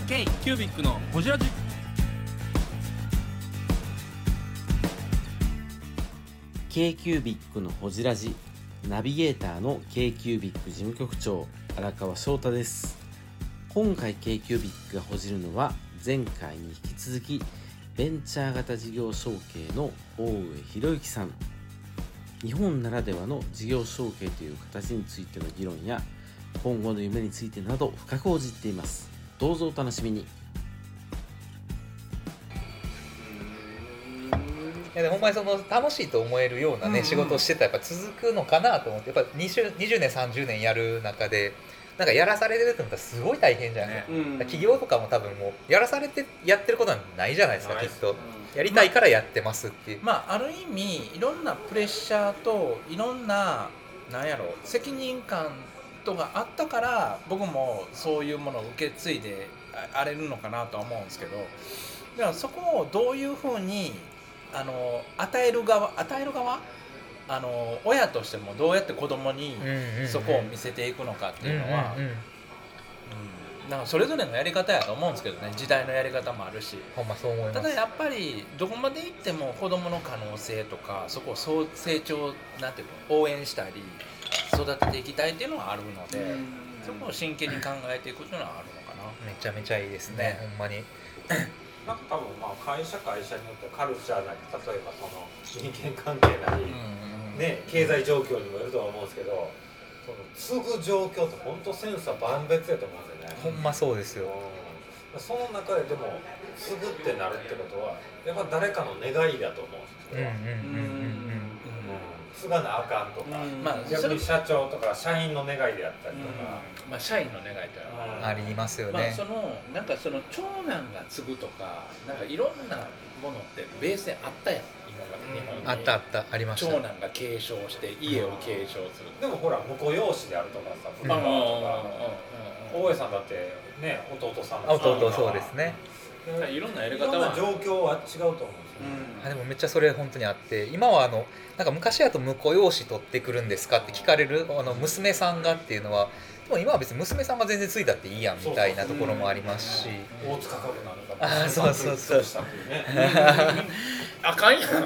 K キュービックのホジラジ。 K-Cubic のほじラジ、ナビゲーターの K-Cubic 事務局長荒川翔太です。今回 K-Cubic がほじるのは前回に引き続きベンチャー型事業承継の大上博之さん。日本ならではの事業承継という形についての議論や今後の夢についてなど深く報じています。どうぞお楽しみに。 いやでもほんまにその楽しいと思えるようなね、仕事をしてたらやっぱ続くのかなと思って、やっぱ 20年30年やる中でなんかやらされてるってのはすごい大変じゃないですか、企業とかも多分もうやらされてやってることはないじゃないですか、きっと、やりたいからやってますっていう、 ある意味いろんなプレッシャーといろんな責任感とがあったから僕もそういうものを受け継いであれるのかなとは思うんですけど、だからそこをどういうふうに与える側親としてもどうやって子供にそこを見せていくのかっていうのはなんかそれぞれのやり方やと思うんですけどね、時代のやり方もあるし、 ほんまそう思います。 ただやっぱりどこまでいっても子供の可能性とかそこを成長なんていうの応援したり育てていきたいっていうのはあるので、そこを真剣に考えていくっていうのはあるのかな。 めちゃめちゃいいですね、ほんまに。 なんか多分会社によってカルチャーなり、例えばその人間関係なり、ね、経済状況にもよるとは思うんですけど、その継ぐ状況って本当千差万別やと思うんですよね。 ほんまそうですよ。 その中ででも継ぐってなるってことはやっぱ誰かの願いだと思うんですよ。継がなあかんとか、逆に社長とか社員の願いであったりとか、 社員の願いってありますよね。 なんかその長男が継ぐとか、なんかいろんなものってベースであったやん、今まで日本に。 あったありました。 長男が継承して家を継承する。 でもほら婿養子であるとかさ、とか大江さんだってね、弟さんだし、 弟そうですね。 いろんなやり方は状況は違うと思うんですよ。 でもめっちゃそれ本当にあって、今はなんか昔だと婿養子取ってくるんですかって聞かれる娘さんがっていうのは、でも今は別に娘さんが全然継いだっていいやんみたいなところもありますし、 大塚かるなのか、 そうあかんやん。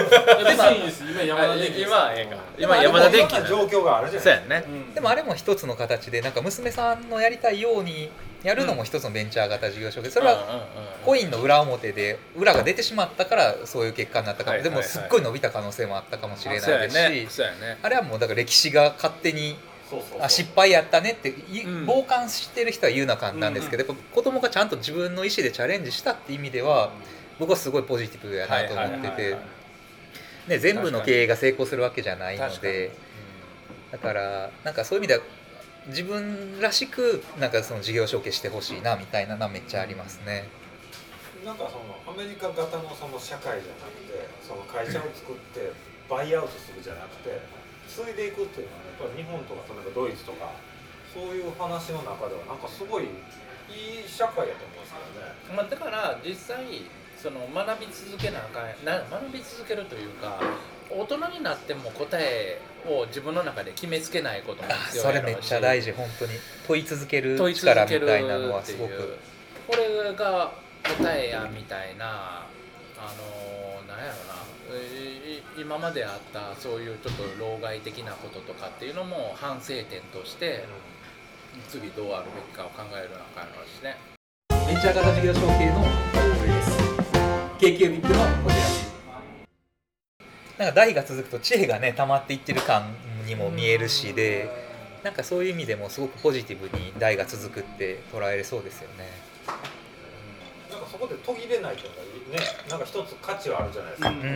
今山田電機の状況があるじゃないですか。 でもあれも一つの形で、なんか娘さんのやりたいようにやるのも一つのベンチャー型事業承継、それはコインの裏表で裏が出てしまったからそういう結果になったかも、でもすっごい伸びた可能性もあったかもしれないですし、あれはもうだから歴史が勝手に失敗やったねって傍観してる人は言うのは簡単ですけど、やっぱ子供がちゃんと自分の意思でチャレンジしたって意味では僕はすごいポジティブやなと思ってて、ね、全部の経営が成功するわけじゃないので、だからなんかそういう意味では自分らしくなんかその事業承継してほしいなみたいなのはめっちゃありますね。 なんかそのアメリカ型のその社会じゃなくて、その会社を作ってバイアウトするじゃなくて継いでいくっていうのはやっぱり日本とか例えばドイツとかそういう話の中ではなんかすごいいい社会やと思うんですよね。 だから実際その学び続けなあかん、学び続けるというか、大人になっても答えを自分の中で決めつけないことも必要やろうし、 それめっちゃ大事、本当に問い続ける力みたいなのはすごく、 これが答えやみたいな、なんやろな、今まであったそういうちょっと老害的なこととかっていうのも反省点として次どうあるべきかを考えるのかあるしね。 ベンチャー型事業承継の大上です。K-Cubic のこちらです。なんか代が続くと知恵がね溜まっていってる感にも見えるしで、なんかそういう意味でもすごくポジティブに代が続くって捉えれそうですよね。 なんかそこで途切れないというかね、なんか一つ価値はあるじゃないですか。なんか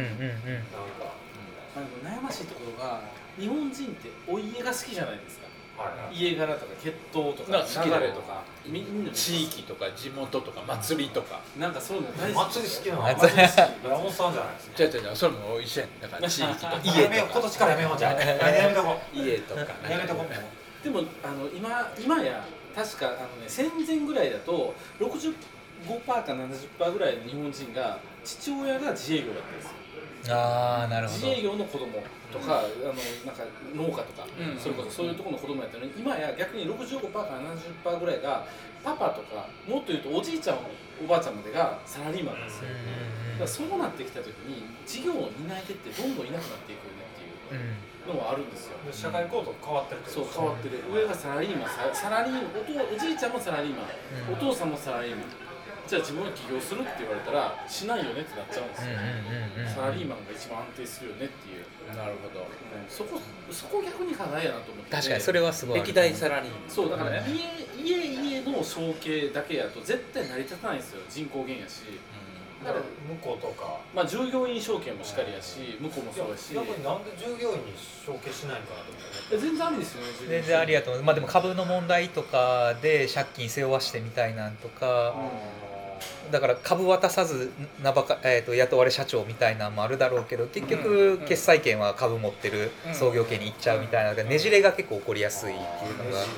悩ましいところが日本人ってお家が好きじゃないですか。 はい家柄とか血統とか流れとかみんな地域とか地元とか祭りとか、 なんかそういうの大好き。 祭り好きなの祭り好き。 山本さんじゃないですか。 違うそれも一緒やん。だから地域とか家とか今年からやめようじゃん。やめとこう。 家とかやめとこう。 でも今や確か戦前ぐらいだと65%か70%ぐらいの日本人が父親が自営業だったんですよ。 ああなるほど。 自営業の子供とか、なんか農家とか、それこそそういうところの子供やったのに、今や逆に65%から70%ぐらいがパパとか、もっと言うとおじいちゃんおばあちゃんまでがサラリーマンなんですよ。だからそうなってきた時に事業の担い手ってどんどんいなくなっていくよねっていうのはあるんですよ。 社会構造変わってるってそう変わってる。上がサラリーマン、おじいちゃんもサラリーマン、お父さんもサラリーマン。じゃあ自分が起業するって言われたらしないよねってなっちゃうんですよ。サラリーマンが一番安定するよねっていう。 なるほど。 そこ逆に課題やなと思って。 確かにそれはすごい。 歴代サラリーマン。 そうだから家の承継だけやと絶対成り立たないんですよ。人口減やし。 だから向こうとか、 まあ従業員承継もしかりやし、向こうもそうやし。 逆になんで従業員に承継しないのかなと思って。 全然ありですよね。 全然ありやと思う。まあでも株の問題とかで借金背負わしてみたいなんとか。だから株渡さず雇われ社長みたいなのもあるだろうけど、結局決裁権は株持ってる創業家に行っちゃうみたいなので、ねじれが結構起こりやすいっていうのが。 あ、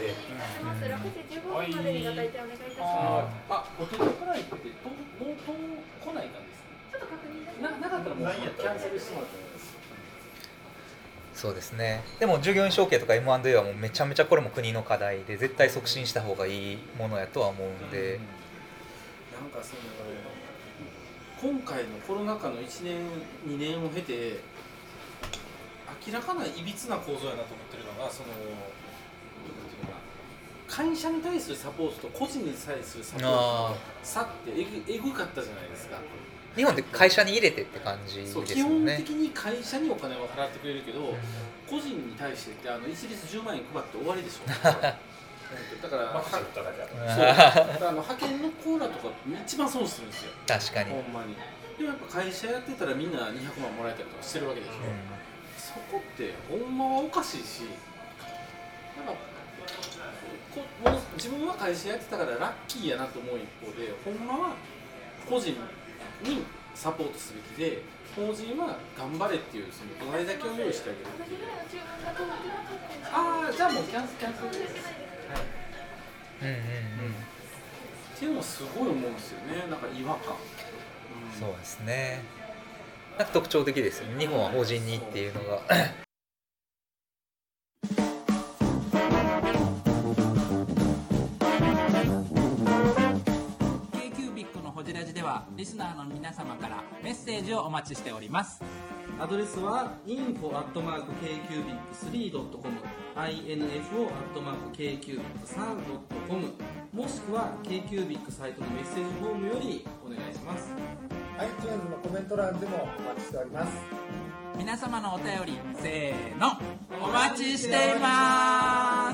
お手紙来ないってもう来ないかんですね。ちょっと確認なかったらもうキャンセルしてもらってもいいです。 そうですね。でも従業員承継とか M&A はもうめちゃめちゃこれも国の課題で絶対促進した方がいいものやとは思うんで。 なんか今回のコロナ禍の1年2年を経て明らかないびつな構造やなと思ってるのが、会社に対するサポートと個人に対するサポートの差ってえぐかったじゃないですか。 日本って会社に入れてって感じですよね。 基本的に会社にお金を払ってくれるけど、個人に対してって一律10万円配って終わりでしょ。だから派遣のコーラとか一番損するんですよ。 確かに。 ほんまに。でもやっぱ会社やってたらみんな200万もらえたりとかしてるわけでしょ。そこってほんまはおかしいし、なんかもう自分は会社やってたからラッキーやなと思う一方で、ほんまは個人にサポートすべきで、法人は頑張れっていうその土台だけを用意してあげるっていう。ああ、じゃあもうキャンセルです。っていうのはすごい思うんですよね。なんか違和感。 そうですね。なんか特徴的ですよね。日本は法人にっていうのが。 K-Cubic のホジラジではリスナーの皆様からメッセージをお待ちしております。 アドレスは info@kcubic3.com info@kcubic3.com もしくは K-Cubic サイトのメッセージフォームよりお願いします。 iTunes のコメント欄でもお待ちしております。 皆様のお便りせーのお待ちしています。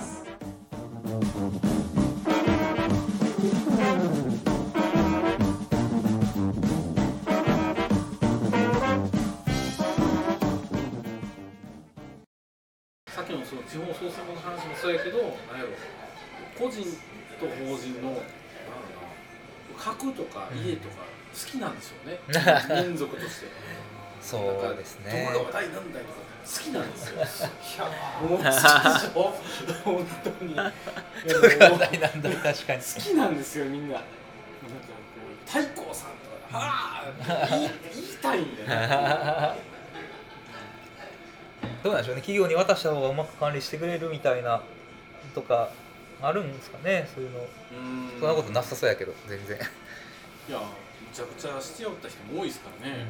さっきのその地方創生の話もそうやけど、なんやろ、個人と法人の核とか家とか好きなんでしょうね。民族として。 そうですね。 どこが話題なんだよとか好きなんですよ。もう好きでしょ。本当に。 どこが話題なんだ確かに。 好きなんですよみんな。なんかこう太閤さんとか、はあ言いたいんだよね。 どうなんでしょうね。企業に渡した方がうまく管理してくれるみたいなとかあるんですかね。そういうの。そんなことなさそうやけど全然。 いや、むちゃくちゃしておった人も多いですからね。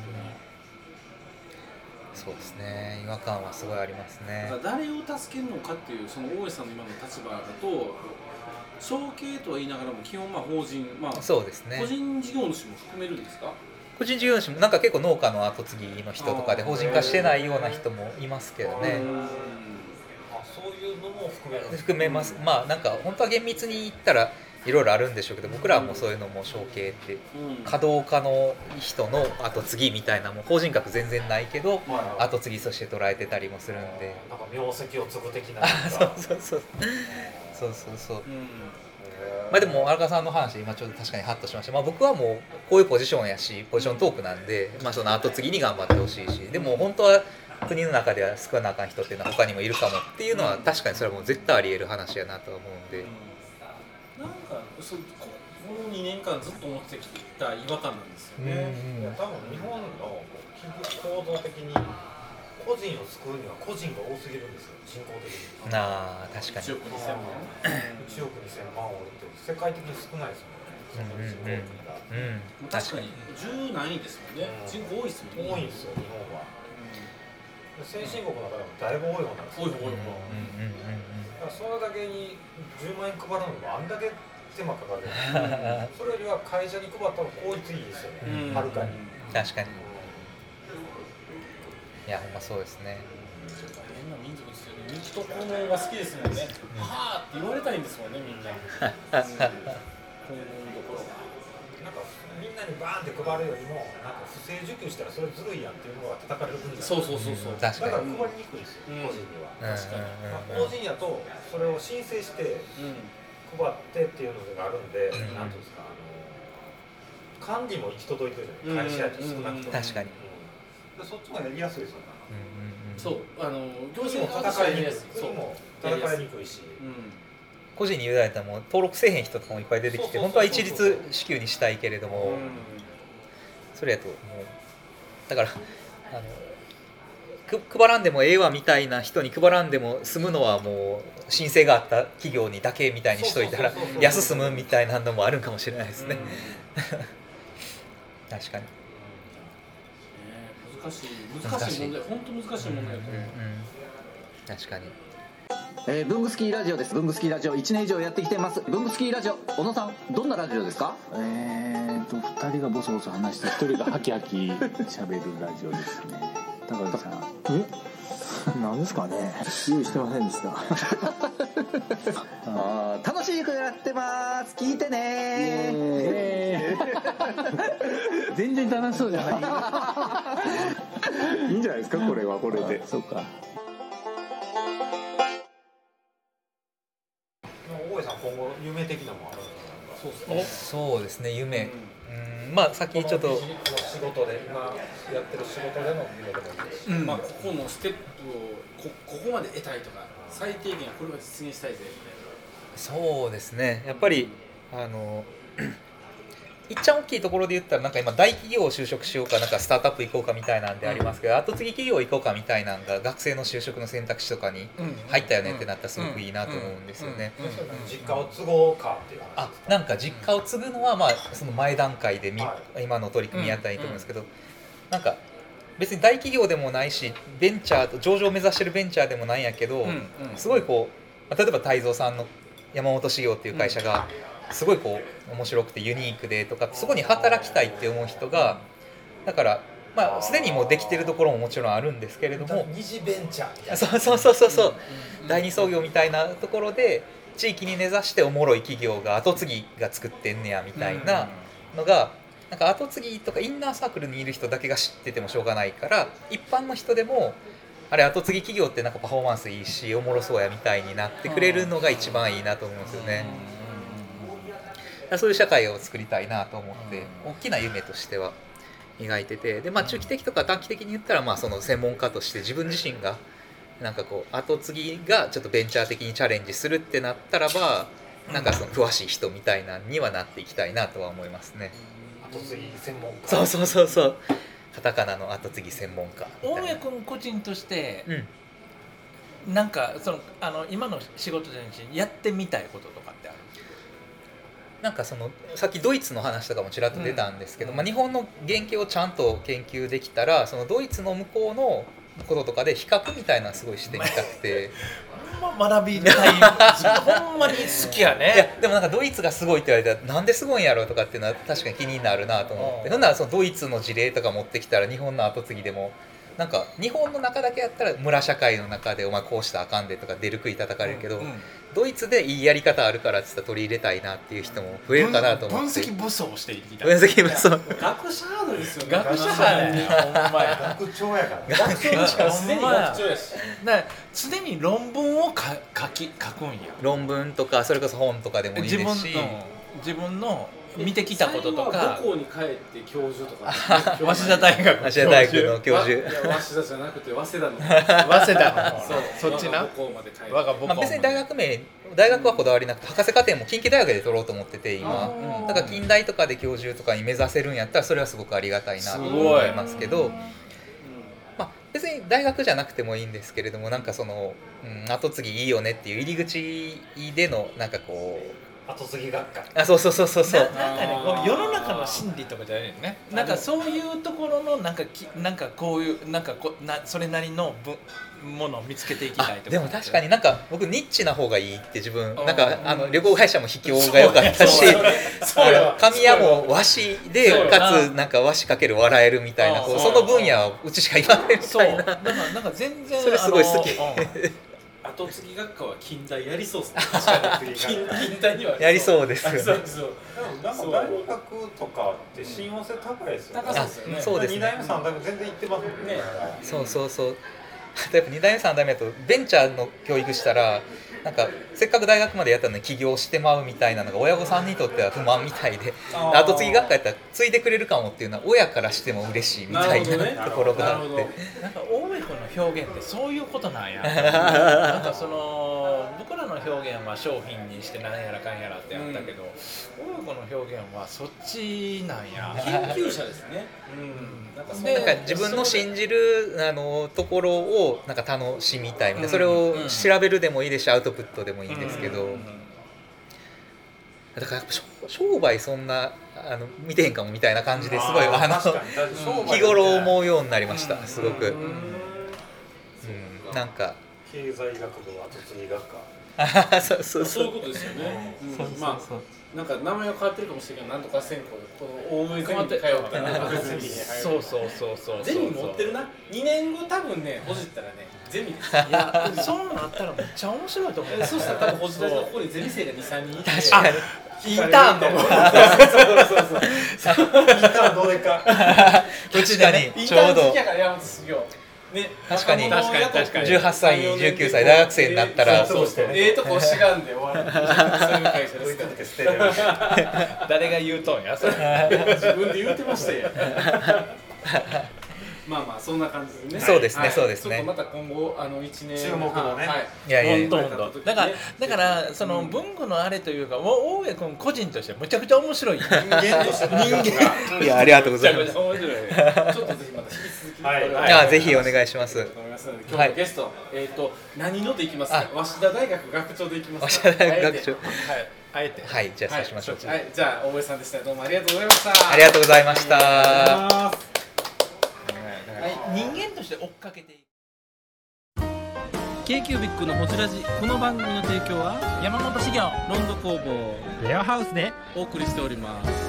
そうですね。違和感はすごいありますね。 だから誰を助けるのかっていうその大江さんの今の立場だと、承継とは言いながらも基本法人、 そうですね。 個人事業主も含めるんですか？ 個人事業主もなんか結構農家の後継ぎの人とかで法人化してないような人もいますけどね。 そういうのも含める。 含めます。まあなんか本当は厳密に言ったらいろいろあるんでしょうけど、僕らはもうそういうのも承継って稼働家の人の後継ぎみたいなも法人格全然ないけど後継ぎとして捉えてたりもするんで。 なんか名跡を継ぐ的な。 そう。まあでも荒川さんの話今ちょっと確かにハッとしました。まあ僕はもうこういうポジションやしポジショントークなんで、まあその後継ぎに頑張ってほしいし、でも本当は国の中では少なあかん人っていうのは他にもいるかもっていうのは確かにそれはもう絶対あり得る話やなとは思うんで。 なんかこの2年間ずっと持ってきた違和感なんですよね。 いや多分日本の構造的に個人を救うには個人が多すぎるんですよ、人口的に。 なあ確かに。 1億2000万 1億2000万おるって世界的に少ないですもんね、その人口が。 確かに10何位ですもんね、人口多いですもんね。 多いんですよ、日本は。先進国の中でもだいぶ多い方なんですよ。 多い。 だからそれだけに10万円配るのもあんだけ手間かかる。それよりは会社に配った方が効率いいですよね、はるかに。 確かに。いやほんまそうですね。 変な民族ですよね。日と肛門が好きですもんね。はぁって言われたいんですもんね、みんな。肛門どころが。 なんかみんなにバーンって配るよりも、なんか不正受給したらそれずるいやんっていうのが叩かれる国だ。 そう。 だ確かに。 から配りにくいですよ、個人には。 確かに。 個人やとそれを申請して配ってっていうのがあるんで、なんていうんですか、管理も行き届いてるじゃない、会社やと少なくとも。 確かに。 そっちもやりやすいですよね。 そう、行政も戦いにくい。 そうも戦いにくいし。 個人に委ねたらもう登録せえへん人とかもいっぱい出てきて、本当は一律支給にしたいけれども、それやともうだから配らんでもええわみたいな人に配らんでも済むのはもう申請があった企業にだけみたいにしといたら安済むみたいなのもあるかもしれないですね。確かに。 難しい問題、本当難しい問題だと思う。 確かに。 ブングスキーラジオです。ブングスキーラジオ1年以上やってきてます。ブングスキーラジオ、小野さんどんなラジオですか ？2人がボソボソ話して1人がハキハキ喋るラジオですね。高橋さん、何ですかね、用意してませんでした楽しくやってます、聞いてね全然楽しそうじゃないいいんじゃないですか、これはこれで。そうか。 大江さん今後夢的なものあるんですか？ そうですね、夢。まあさっきちょっと仕事で今やってる仕事での夢でもいいですし、 まあここのステップをここまで得たいとか、最低限これは実現したいぜみたいな。 そうですね、やっぱりいっちゃん大きいところで言ったら、なんか今大企業を就職しようか、なんかスタートアップ行こうかみたいなんでありますけど、後継ぎ企業行こうかみたいなのが学生の就職の選択肢とかに入ったよねってなったらすごくいいなと思うんですよね。 実家を継ごうかっていう話ですか？ なんか実家を継ぐのはまあその前段階で今の取り組みやったらいいと思うんですけど、なんか別に大企業でもないし、ベンチャー上場を目指してるベンチャーでもないんやけど、すごいこう例えば泰造さんの山本修行っていう会社がすごいこう面白くてユニークでとか、そこに働きたいって思う人が、だからまあすでにもうできてるところももちろんあるんですけれども、 二次ベンチャーみたいな、 そう第二創業みたいなところで地域に根ざしておもろい企業が後継ぎが作ってんねやみたいなのが、なんか後継ぎとかインナーサークルにいる人だけが知っててもしょうがないから、一般の人でもあれ後継ぎ企業ってなんかパフォーマンスいいしおもろそうやみたいになってくれるのが一番いいなと思うんですよね。そういう社会を作りたいなと思って大きな夢としては描いてて、で、まあ、中期的とか短期的に言ったら、まあその専門家として自分自身がなんかこう後継ぎがちょっとベンチャー的にチャレンジするってなったらば、なんかその詳しい人みたいなにはなっていきたいなとは思いますね。 後継ぎ専門家、 そうカタカナの後継ぎ専門家。 大江君個人として、なんかその今の仕事でやってみたいこととかってある？ なんかそのさっきドイツの話とかもちらっと出たんですけど、まあ、日本の原型をちゃんと研究できたら、そのドイツの向こうのこととかで比較みたいなのすごいしてみたくて学びたいほんまに好きやね。 いやでもなんかドイツがすごいって言われたらなんですごいんやろうとかっていうのは確かに気になるなと思って、ほんならそのドイツの事例とか持ってきたら日本の後継ぎでもなんか日本の中だけやったら村社会の中でお前こうしたらあかんでとか出る杭叩かれるけど、ドイツでいいやり方あるからって言ったら取り入れたいなっていう人も増えるかなと思って。 分析武装していきたい。 分析武装。 学者ハードですよね。 学者ハードね。ほんまや。 学長やから。 学長にしかすでに学長やし。 常に論文を書くんや。 論文とかそれこそ本とかでもいいですし。 自分の見てきたこととか、 母校に帰って教授とか、 早稲田大学早稲田大学の教授、 いや早稲田じゃなくて早稲田の早稲田のそうそっちな、 母校まで帰って、 我が母校まで、 別に大学はこだわりなくて、博士課程も近畿大学で取ろうと思ってて今、だから近大とかで教授とかに目指せるんやったらそれはすごくありがたいなと思いますけど、別に大学じゃなくてもいいんですけれども、なんかその、後継ぎいいよねっていう入り口でのなんかこう後継ぎ学科、 そうなんかね、こう世の中の心理とかじゃないよね。なんかそういうところのなんかこういうなんかそれなりのものを見つけていきたいとか。 でも確かになんか僕ニッチな方がいいって自分なんか旅行会社も秘境が良かったし、神谷も和紙でかつなんか和紙かける笑えるみたいな、その分野はうちしか言わないみたいな。 だからなんか全然それすごい好き。 後継ぎ学科は近代やりそうですね。近代にはやりそうですよね。 なんか大学とかって親和性高いですよね。 高そうですよね。 そうですね。 2代目3代目全然行ってますもんね。 そう。やっぱ2代目3代目だとベンチャーの教育したらなんかせっかく大学までやったのに起業してまうみたいなのが親御さんにとっては不満みたいで、後継ぎ学科やったら継いでくれるかもっていうのは親からしても嬉しいみたいなところがあって、 なんか大江君の表現ってそういうことなんや。なんかその僕らの表現は商品にしてなんやらかんやらってやったけど、大江君の表現はそっちなんや。 研究者ですね。 なんか自分の信じるところをなんか楽しみたいみたいな、それを調べるでもいいですしアウトプットでもいいんですけど、だからやっぱ商売そんな見てへんかもみたいな感じですごい日頃思うようになりました。すごくなんか経済学部後継ぎ学科そういうことですよね。まあなんか名前は変わってるかもしれないけど、なんとか専攻でこの大江ゼミに通ったら後継ぎに入る。 そうゼミ持ってるな。2年後多分ねほじったらねゼミです。 いやそうなったらめっちゃ面白いと思う。 そうしたら多分ほじったらここにゼミ生が 2,3 人いて、 確かにインターンのインターンどうでかうちでねちょうど山本修行ね、 確かに 18 歳19歳大学生になったらとこしがんで終わる。そういう会社ですから。 誰が言うとんやそれ。 自分で言うてましたよ。まあそんな感じでね。 そうですね。ちょっとまた今後1年注目のね。 いやだからその文具のあれというか大江君個人としてむちゃくちゃ面白い人間としていやありがとうございます。 ちょっとぜひまた引き続きぜひお願いします。 今日のゲスト何のでいきますか。早稲田大学学長でいきますか。 早稲田大学学長。 はいじゃあそうしましょう。 じゃあ大江さんでした。どうもありがとうございました。 ありがとうございました。 人間として追っかけていく K-Cubic のホジラジ、この番組の提供は山本修行ロンド工房レアハウスでお送りしております。